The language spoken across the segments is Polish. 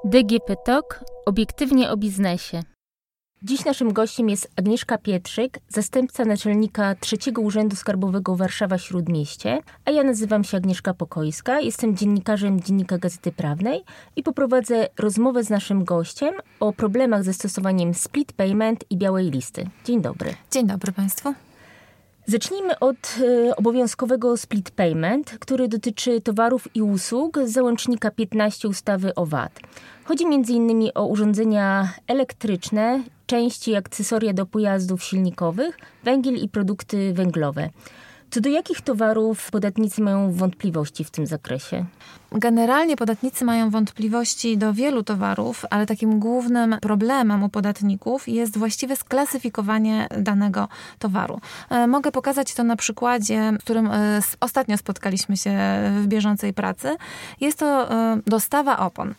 DGP Talk – obiektywnie o biznesie. Dziś naszym gościem jest Agnieszka Pietrzyk, zastępca naczelnika III Urzędu Skarbowego Warszawa-Śródmieście, a ja nazywam się Agnieszka Pokojska, jestem dziennikarzem Dziennika Gazety Prawnej i poprowadzę rozmowę z naszym gościem o problemach ze stosowaniem split payment i białej listy. Dzień dobry. Dzień dobry Państwu. Zacznijmy od obowiązkowego split payment, który dotyczy towarów i usług z załącznika 15 ustawy o VAT. Chodzi m.in. o urządzenia elektryczne, części i akcesoria do pojazdów silnikowych, węgiel i produkty węglowe. Co do jakich towarów podatnicy mają wątpliwości w tym zakresie? Generalnie podatnicy mają wątpliwości do wielu towarów, ale takim głównym problemem u podatników jest właściwe sklasyfikowanie danego towaru. Mogę pokazać to na przykładzie, w którym ostatnio spotkaliśmy się w bieżącej pracy. Jest to dostawa opon.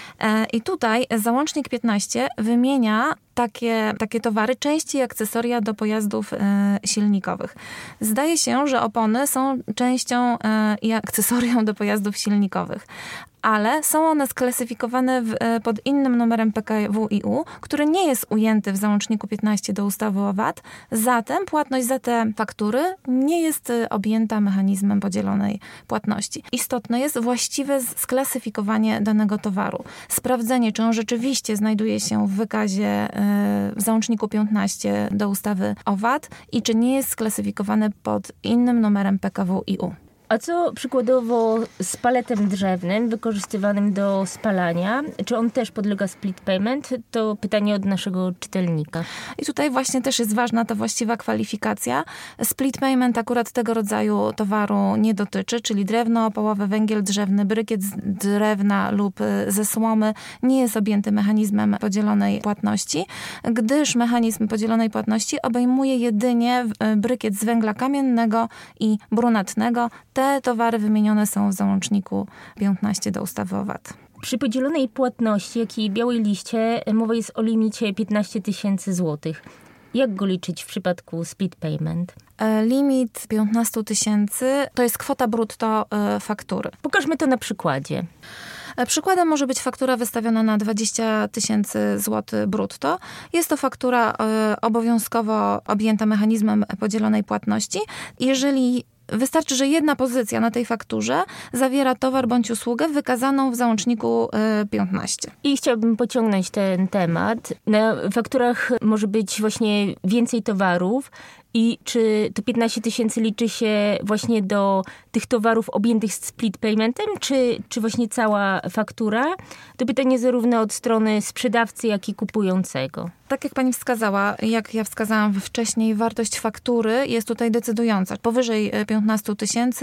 I tutaj załącznik 15 wymienia takie towary, części i akcesoria do pojazdów silnikowych. Zdaje się, że opony są częścią i akcesorią do pojazdów silnikowych, ale są one sklasyfikowane pod innym numerem PKWiU, który nie jest ujęty w załączniku 15 do ustawy o VAT. Zatem płatność za te faktury nie jest objęta mechanizmem podzielonej płatności. Istotne jest właściwe sklasyfikowanie danego towaru. Sprawdzenie, czy on rzeczywiście znajduje się w wykazie w załączniku 15 do ustawy o VAT i czy nie jest sklasyfikowany pod innym numerem PKWiU. A co przykładowo z paletem drzewnym wykorzystywanym do spalania? Czy on też podlega split payment? To pytanie od naszego czytelnika. I tutaj właśnie też jest ważna ta właściwa kwalifikacja. Split payment akurat tego rodzaju towaru nie dotyczy, czyli drewno opałowe, węgiel drzewny, brykiet z drewna lub ze słomy nie jest objęty mechanizmem podzielonej płatności, gdyż mechanizm podzielonej płatności obejmuje jedynie brykiet z węgla kamiennego i brunatnego. Te towary wymienione są w załączniku 15 do ustawy o VAT. Przy podzielonej płatności, jak i białej liście, mowa jest o limicie 15 000 złotych. Jak go liczyć w przypadku split payment? Limit 15 000 to jest kwota brutto faktury. Pokażmy to na przykładzie. Przykładem może być faktura wystawiona na 20 000 zł brutto. Jest to faktura obowiązkowo objęta mechanizmem podzielonej płatności. Jeżeli wystarczy, że jedna pozycja na tej fakturze zawiera towar bądź usługę wykazaną w załączniku 15. I chciałabym pociągnąć ten temat. Na fakturach może być właśnie więcej towarów. I czy to 15 000 liczy się właśnie do tych towarów objętych split paymentem, czy właśnie cała faktura? To pytanie zarówno od strony sprzedawcy, jak i kupującego. Tak jak pani wskazała, jak ja wskazałam wcześniej, wartość faktury jest tutaj decydująca. Powyżej 15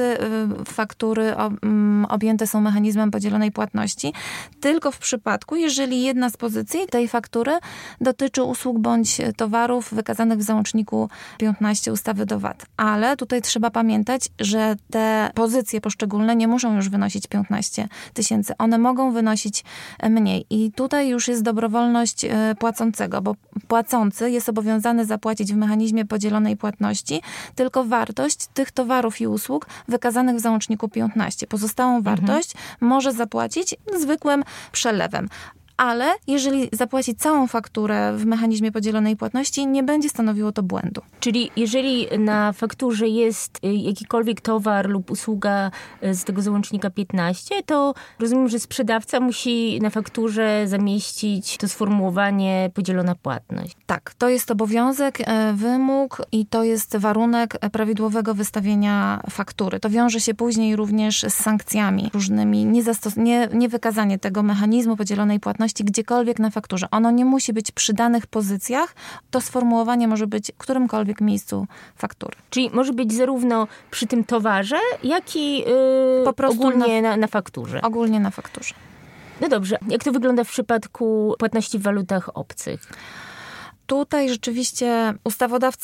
000 faktury objęte są mechanizmem podzielonej płatności, tylko w przypadku, jeżeli jedna z pozycji tej faktury dotyczy usług bądź towarów wykazanych w załączniku 15 ustawy do VAT. Ale tutaj trzeba pamiętać, że te pozycje poszczególne nie muszą już wynosić 15 000. One mogą wynosić mniej. I tutaj już jest dobrowolność płacącego, bo płacący jest obowiązany zapłacić w mechanizmie podzielonej płatności tylko wartość tych towarów i usług wykazanych w załączniku 15. Pozostałą wartość może zapłacić zwykłym przelewem. Ale jeżeli zapłaci całą fakturę w mechanizmie podzielonej płatności, nie będzie stanowiło to błędu. Czyli jeżeli na fakturze jest jakikolwiek towar lub usługa z tego załącznika 15, to rozumiem, że sprzedawca musi na fakturze zamieścić to sformułowanie podzielona płatność. Tak, to jest obowiązek, wymóg i to jest warunek prawidłowego wystawienia faktury. To wiąże się później również z sankcjami różnymi, niewykazanie tego mechanizmu podzielonej płatności gdziekolwiek na fakturze. Ono nie musi być przy danych pozycjach. To sformułowanie może być w którymkolwiek miejscu faktury. Czyli może być zarówno przy tym towarze, jak i po prostu ogólnie na fakturze. Ogólnie na fakturze. No dobrze. Jak to wygląda w przypadku płatności w walutach obcych? Tutaj rzeczywiście ustawodawca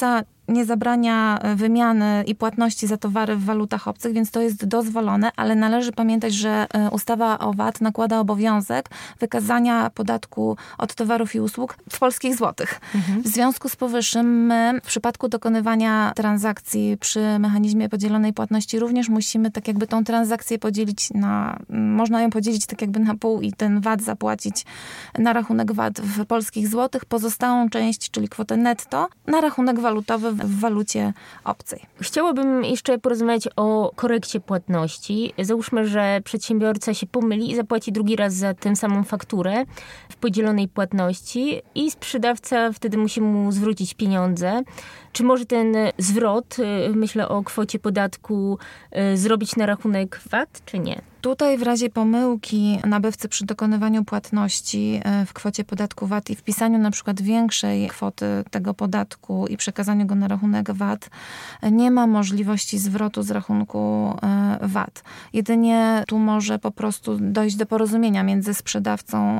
nie zabrania wymiany i płatności za towary w walutach obcych, więc to jest dozwolone, ale należy pamiętać, że ustawa o VAT nakłada obowiązek wykazania podatku od towarów i usług w polskich złotych. W związku z powyższym my w przypadku dokonywania transakcji przy mechanizmie podzielonej płatności również musimy tak jakby tą transakcję podzielić można ją podzielić tak jakby na pół i ten VAT zapłacić na rachunek VAT w polskich złotych, pozostałą część, czyli kwotę netto, na rachunek walutowy w walucie obcej. Chciałabym jeszcze porozmawiać o korekcie płatności. Załóżmy, że przedsiębiorca się pomyli i zapłaci drugi raz za tę samą fakturę w podzielonej płatności i sprzedawca wtedy musi mu zwrócić pieniądze. Czy może ten zwrot, myślę o kwocie podatku, zrobić na rachunek VAT, czy nie? Tutaj w razie pomyłki nabywcy przy dokonywaniu płatności w kwocie podatku VAT i wpisaniu na przykład większej kwoty tego podatku i przekazaniu go na rachunek VAT nie ma możliwości zwrotu z rachunku VAT. Jedynie tu może po prostu dojść do porozumienia między sprzedawcą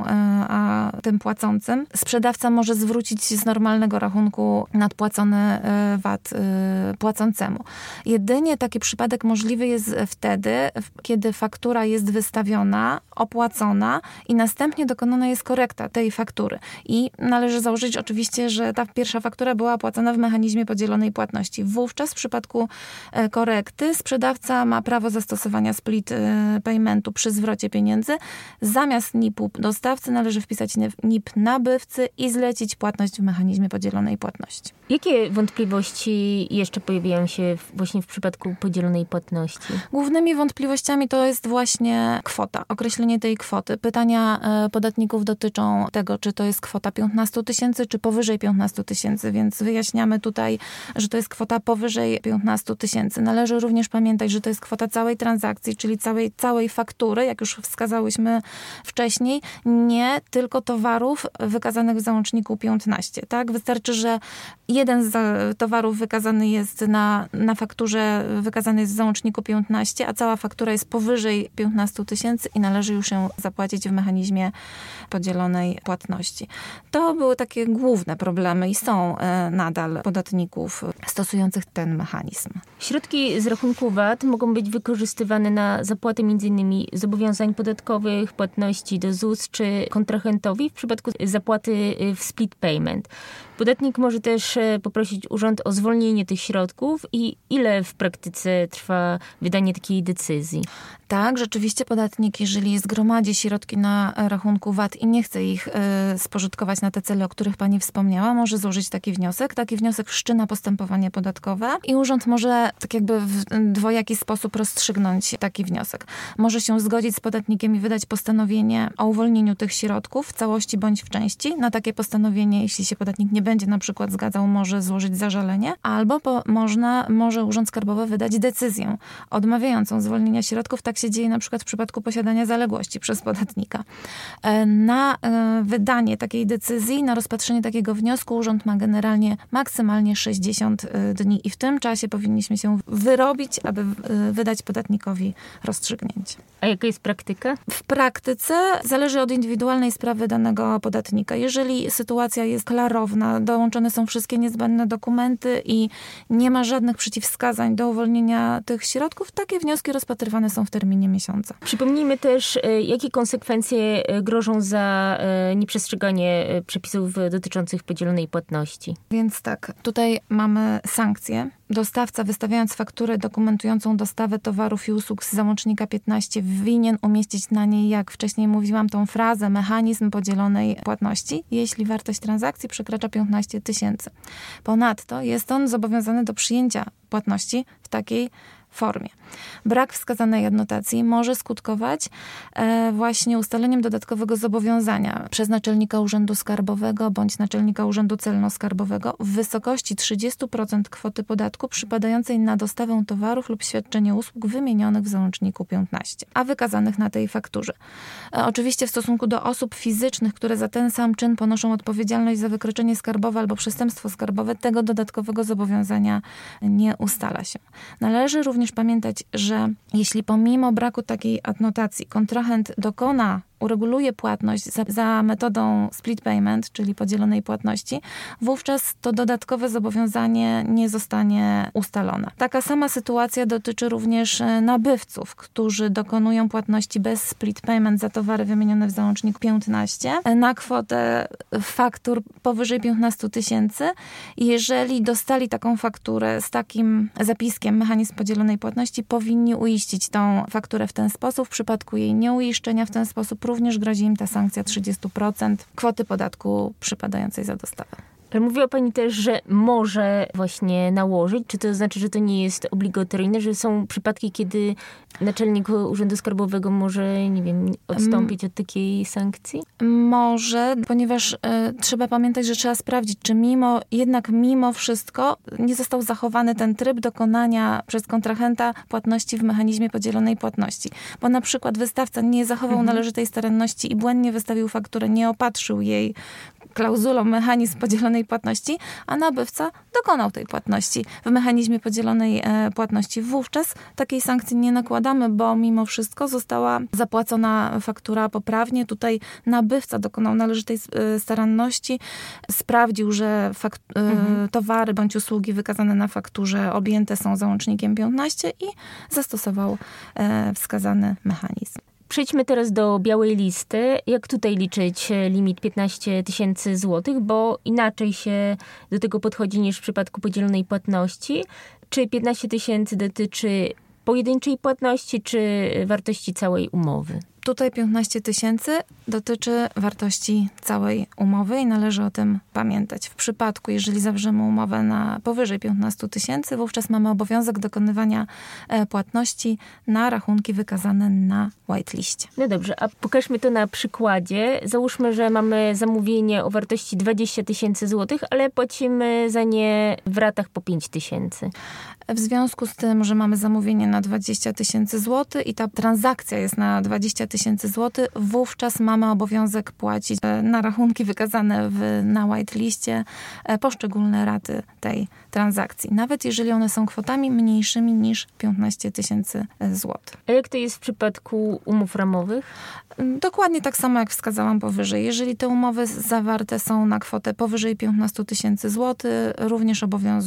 a tym płacącym. Sprzedawca może zwrócić z normalnego rachunku nadpłacony VAT płacącemu. Jedynie taki przypadek możliwy jest wtedy, kiedy faktura jest wystawiona, opłacona i następnie dokonana jest korekta tej faktury. I należy założyć oczywiście, że ta pierwsza faktura była opłacona w mechanizmie podzielonej płatności. Wówczas w przypadku korekty sprzedawca ma prawo zastosowania split paymentu przy zwrocie pieniędzy. Zamiast NIP-u dostawcy należy wpisać NIP nabywcy i zlecić płatność w mechanizmie podzielonej płatności. Jakie wątpliwości jeszcze pojawiają się właśnie w przypadku podzielonej płatności? Głównymi wątpliwościami to jest właśnie kwota, określenie tej kwoty. Pytania podatników dotyczą tego, czy to jest kwota 15 000, czy powyżej 15 000, więc wyjaśniamy tutaj, że to jest kwota powyżej 15 000. Należy również pamiętać, że to jest kwota całej transakcji, czyli całej faktury, jak już wskazałyśmy wcześniej, nie tylko towarów wykazanych w załączniku 15. Tak? Wystarczy, że jeden z towarów wykazany jest na fakturze, wykazany jest w załączniku 15, a cała faktura jest powyżej 15 000 i należy już ją zapłacić w mechanizmie podzielonej płatności. To były takie główne problemy i są nadal podatników stosujących ten mechanizm. Środki z rachunku VAT mogą być wykorzystywane na zapłatę m.in. zobowiązań podatkowych, płatności do ZUS czy kontrahentowi w przypadku zapłaty w split payment. Podatnik może też poprosić urząd o zwolnienie tych środków i ile w praktyce trwa wydanie takiej decyzji? Tak, rzeczywiście podatnik, jeżeli zgromadzi środki na rachunku VAT i nie chce ich spożytkować na te cele, o których pani wspomniała, może złożyć taki wniosek. Taki wniosek wszczyna postępowanie podatkowe i urząd może tak jakby w dwojaki sposób rozstrzygnąć taki wniosek. Może się zgodzić z podatnikiem i wydać postanowienie o uwolnieniu tych środków w całości bądź w części. Na takie postanowienie, jeśli się podatnik nie będzie na przykład zgadzał, może złożyć zażalenie, albo może Urząd Skarbowy wydać decyzję odmawiającą zwolnienia środków. Tak się dzieje na przykład w przypadku posiadania zaległości przez podatnika. Na wydanie takiej decyzji, na rozpatrzenie takiego wniosku urząd ma generalnie maksymalnie 60 dni i w tym czasie powinniśmy się wyrobić, aby wydać podatnikowi rozstrzygnięcie. A jaka jest praktyka? W praktyce zależy od indywidualnej sprawy danego podatnika. Jeżeli sytuacja jest klarowna, dołączone są wszystkie niezbędne dokumenty i nie ma żadnych przeciwwskazań do uwolnienia tych środków, takie wnioski rozpatrywane są w terminie miesiąca. Przypomnijmy też, jakie konsekwencje grożą za nieprzestrzeganie przepisów dotyczących podzielonej płatności. Więc tak, tutaj mamy sankcje. Dostawca, wystawiając fakturę dokumentującą dostawę towarów i usług z załącznika 15, winien umieścić na niej, jak wcześniej mówiłam, tą frazę mechanizm podzielonej płatności, jeśli wartość transakcji przekracza 15 000. Ponadto jest on zobowiązany do przyjęcia płatności w takiej formie. Brak wskazanej adnotacji może skutkować właśnie ustaleniem dodatkowego zobowiązania przez naczelnika Urzędu Skarbowego bądź naczelnika Urzędu Celno-Skarbowego w wysokości 30% kwoty podatku przypadającej na dostawę towarów lub świadczenie usług wymienionych w załączniku 15, a wykazanych na tej fakturze. Oczywiście w stosunku do osób fizycznych, które za ten sam czyn ponoszą odpowiedzialność za wykroczenie skarbowe albo przestępstwo skarbowe, tego dodatkowego zobowiązania nie ustala się. Należy również pamiętać, że jeśli pomimo braku takiej adnotacji kontrahent dokona ureguluje płatność za metodą split payment, czyli podzielonej płatności, wówczas to dodatkowe zobowiązanie nie zostanie ustalone. Taka sama sytuacja dotyczy również nabywców, którzy dokonują płatności bez split payment za towary wymienione w załączniku 15 na kwotę faktur powyżej 15 000. Jeżeli dostali taką fakturę z takim zapiskiem mechanizm podzielonej płatności, powinni uiścić tą fakturę w ten sposób. W przypadku jej nieuiszczenia w ten sposób również grozi im ta sankcja 30% kwoty podatku przypadającej za dostawę. Ale mówiła pani też, że może właśnie nałożyć. Czy to znaczy, że to nie jest obligatoryjne, że są przypadki, kiedy naczelnik Urzędu Skarbowego może, nie wiem, odstąpić od takiej sankcji? Może, ponieważ trzeba pamiętać, że trzeba sprawdzić, czy jednak mimo wszystko nie został zachowany ten tryb dokonania przez kontrahenta płatności w mechanizmie podzielonej płatności. Bo na przykład wystawca nie zachował należytej staranności i błędnie wystawił fakturę, nie opatrzył jej klauzulą mechanizm podzielonej płatności, a nabywca dokonał tej płatności w mechanizmie podzielonej płatności. Wówczas takiej sankcji nie nakładamy, bo mimo wszystko została zapłacona faktura poprawnie. Tutaj nabywca dokonał należytej staranności, sprawdził, że towary bądź usługi wykazane na fakturze objęte są załącznikiem 15 i zastosował wskazany mechanizm. Przejdźmy teraz do białej listy. Jak tutaj liczyć limit 15 000 złotych, bo inaczej się do tego podchodzi niż w przypadku podzielonej płatności. Czy 15 000 dotyczy pojedynczej płatności, czy wartości całej umowy? Tutaj 15 000 dotyczy wartości całej umowy i należy o tym pamiętać. W przypadku, jeżeli zawrzemy umowę na powyżej 15 000, wówczas mamy obowiązek dokonywania płatności na rachunki wykazane na whiteliście. No dobrze, a pokażmy to na przykładzie. Załóżmy, że mamy zamówienie o wartości 20 000 złotych, ale płacimy za nie w ratach po 5 000. W związku z tym, że mamy zamówienie na 20 000 złotych i ta transakcja jest na 20 000 złotych, wówczas mamy obowiązek płacić na rachunki wykazane na whiteliście poszczególne raty tej transakcji, nawet jeżeli one są kwotami mniejszymi niż 15 000 złotych. A jak to jest w przypadku umów ramowych? Dokładnie tak samo, jak wskazałam powyżej. Jeżeli te umowy zawarte są na kwotę powyżej 15 000 złotych, również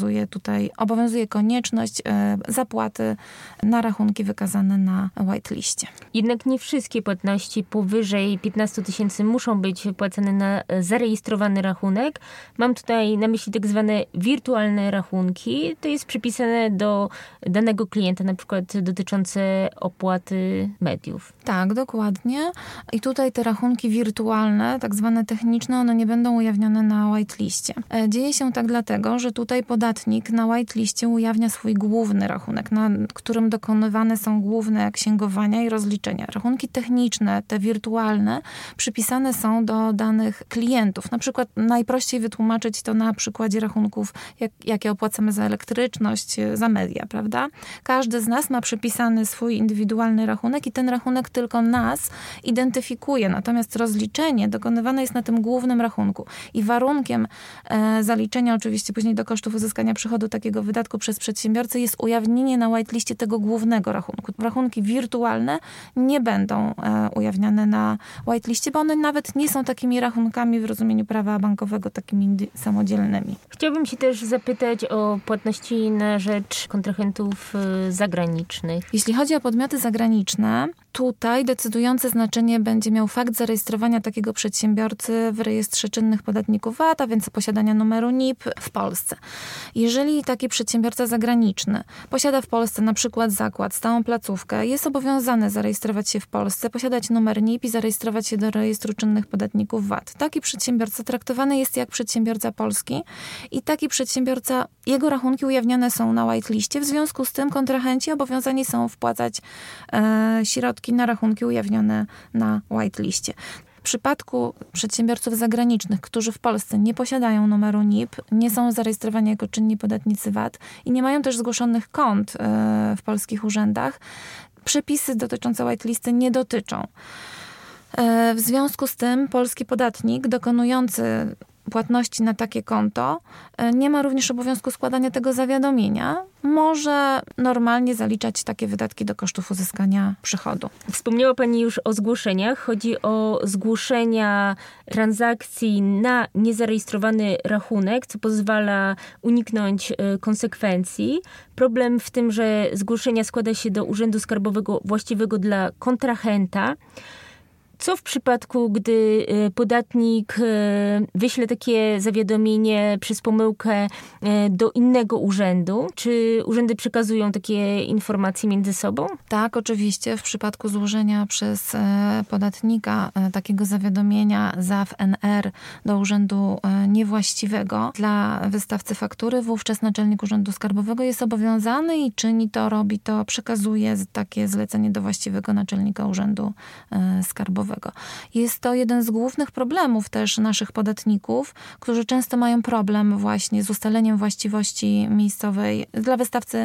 obowiązuje konieczność zapłaty na rachunki wykazane na whiteliście. Jednak nie wszystkie płatności powyżej 15 000 muszą być płacone na zarejestrowany rachunek. Mam tutaj na myśli tak zwane wirtualne rachunki. To jest przypisane do danego klienta, na przykład dotyczące opłaty mediów. Tak, dokładnie. I tutaj te rachunki wirtualne, tak zwane techniczne, one nie będą ujawnione na whiteliście. Dzieje się tak dlatego, że tutaj podatnik na whiteliście ujawnia swój główny rachunek, na którym dokonywane są główne księgowania i rozliczenia. Rachunki techniczne, te wirtualne, przypisane są do danych klientów. Na przykład najprościej wytłumaczyć to na przykładzie rachunków, jakie opłacamy za elektryczność, za media, prawda? Każdy z nas ma przypisany swój indywidualny rachunek i ten rachunek tylko nas identyfikuje. Natomiast rozliczenie dokonywane jest na tym głównym rachunku. I warunkiem zaliczenia oczywiście później do kosztów uzyskania przychodu takiego wydatku przez przedsiębiorcę jest ujawnienie na whiteliście tego głównego rachunku. Rachunki wirtualne nie będą ujawniane na whiteliście, bo one nawet nie są takimi rachunkami w rozumieniu prawa bankowego, takimi samodzielnymi. Chciałabym się też zapytać o płatności na rzecz kontrahentów zagranicznych. Jeśli chodzi o podmioty zagraniczne, tutaj decydujące znaczenie będzie miał fakt zarejestrowania takiego przedsiębiorcy w rejestrze czynnych podatników VAT, a więc posiadania numeru NIP w Polsce. Jeżeli taki przedsiębiorca zagraniczny posiada w Polsce na przykład zakład, stałą placówkę, jest obowiązany zarejestrować się w Polsce, posiadać numer NIP i zarejestrować się do rejestru czynnych podatników VAT. Taki przedsiębiorca traktowany jest jak przedsiębiorca polski i taki przedsiębiorca, jego rachunki ujawniane są na whiteliście, w związku z tym kontrahenci obowiązani są wpłacać środki na rachunki ujawnione na whiteliście. W przypadku przedsiębiorców zagranicznych, którzy w Polsce nie posiadają numeru NIP, nie są zarejestrowani jako czynni podatnicy VAT i nie mają też zgłoszonych kont w polskich urzędach, przepisy dotyczące whitelisty nie dotyczą. W związku z tym polski podatnik dokonujący płatności na takie konto nie ma również obowiązku składania tego zawiadomienia, może normalnie zaliczać takie wydatki do kosztów uzyskania przychodu. Wspomniała Pani już o zgłoszeniach. Chodzi o zgłoszenia transakcji na niezarejestrowany rachunek, co pozwala uniknąć konsekwencji. Problem w tym, że zgłoszenia składa się do Urzędu Skarbowego właściwego dla kontrahenta. Co w przypadku, gdy podatnik wyśle takie zawiadomienie przez pomyłkę do innego urzędu? Czy urzędy przekazują takie informacje między sobą? Tak, oczywiście. W przypadku złożenia przez podatnika takiego zawiadomienia ZAW-NR do urzędu niewłaściwego dla wystawcy faktury, wówczas naczelnik Urzędu Skarbowego jest obowiązany i czyni to, robi to, przekazuje takie zlecenie do właściwego naczelnika Urzędu Skarbowego. Jest to jeden z głównych problemów też naszych podatników, którzy często mają problem właśnie z ustaleniem właściwości miejscowej dla wystawcy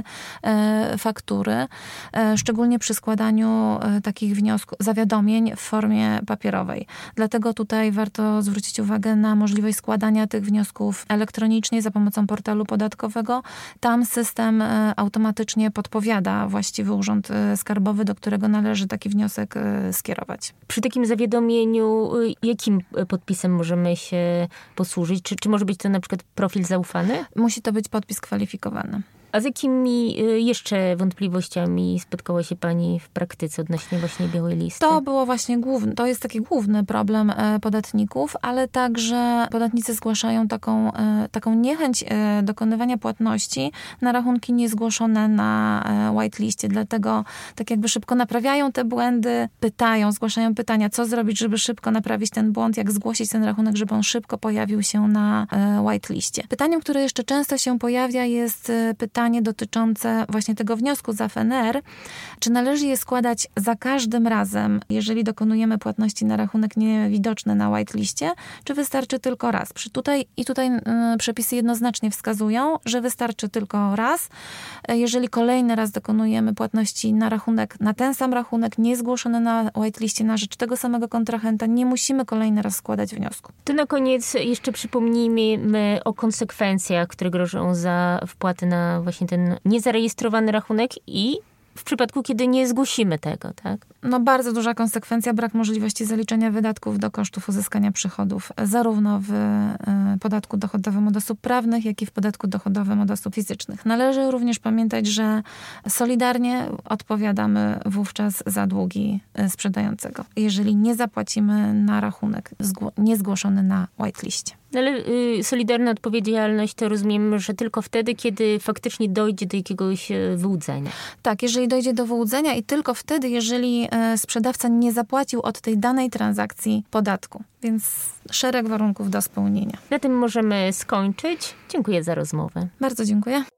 faktury, szczególnie przy składaniu takich zawiadomień w formie papierowej. Dlatego tutaj warto zwrócić uwagę na możliwość składania tych wniosków elektronicznie za pomocą portalu podatkowego. Tam system automatycznie podpowiada właściwy urząd skarbowy, do którego należy taki wniosek skierować. Przy takim zawiadomieniu jakim podpisem możemy się posłużyć? Czy może być to na przykład profil zaufany? Musi to być podpis kwalifikowany. A z jakimi jeszcze wątpliwościami spotkała się Pani w praktyce odnośnie właśnie białej listy? To było właśnie to jest taki główny problem podatników, ale także podatnicy zgłaszają taką niechęć dokonywania płatności na rachunki niezgłoszone na whitelistie. Dlatego tak jakby szybko naprawiają te błędy, zgłaszają pytania, co zrobić, żeby szybko naprawić ten błąd, jak zgłosić ten rachunek, żeby on szybko pojawił się na whitelistie. Pytaniem, które jeszcze często się pojawia, jest pytanie dotyczące właśnie tego wniosku z AFNR, czy należy je składać za każdym razem, jeżeli dokonujemy płatności na rachunek niewidoczny na whitelistie, czy wystarczy tylko raz? Tutaj przepisy jednoznacznie wskazują, że wystarczy tylko raz. Jeżeli kolejny raz dokonujemy płatności na ten sam rachunek niezgłoszony na whitelistie na rzecz tego samego kontrahenta, nie musimy kolejny raz składać wniosku. To na koniec jeszcze przypomnijmy o konsekwencjach, które grożą za wpłaty na właśnie ten niezarejestrowany rachunek i w przypadku, kiedy nie zgłosimy tego, tak? Bardzo duża konsekwencja, brak możliwości zaliczenia wydatków do kosztów uzyskania przychodów, zarówno w podatku dochodowym od osób prawnych, jak i w podatku dochodowym od osób fizycznych. Należy również pamiętać, że solidarnie odpowiadamy wówczas za długi sprzedającego, jeżeli nie zapłacimy na rachunek niezgłoszony na whitelistie. Ale solidarna odpowiedzialność to rozumiem, że tylko wtedy, kiedy faktycznie dojdzie do jakiegoś wyłudzenia. Tak, jeżeli dojdzie do wyłudzenia i tylko wtedy, jeżeli sprzedawca nie zapłacił od tej danej transakcji podatku. Więc szereg warunków do spełnienia. Na tym możemy skończyć. Dziękuję za rozmowę. Bardzo dziękuję.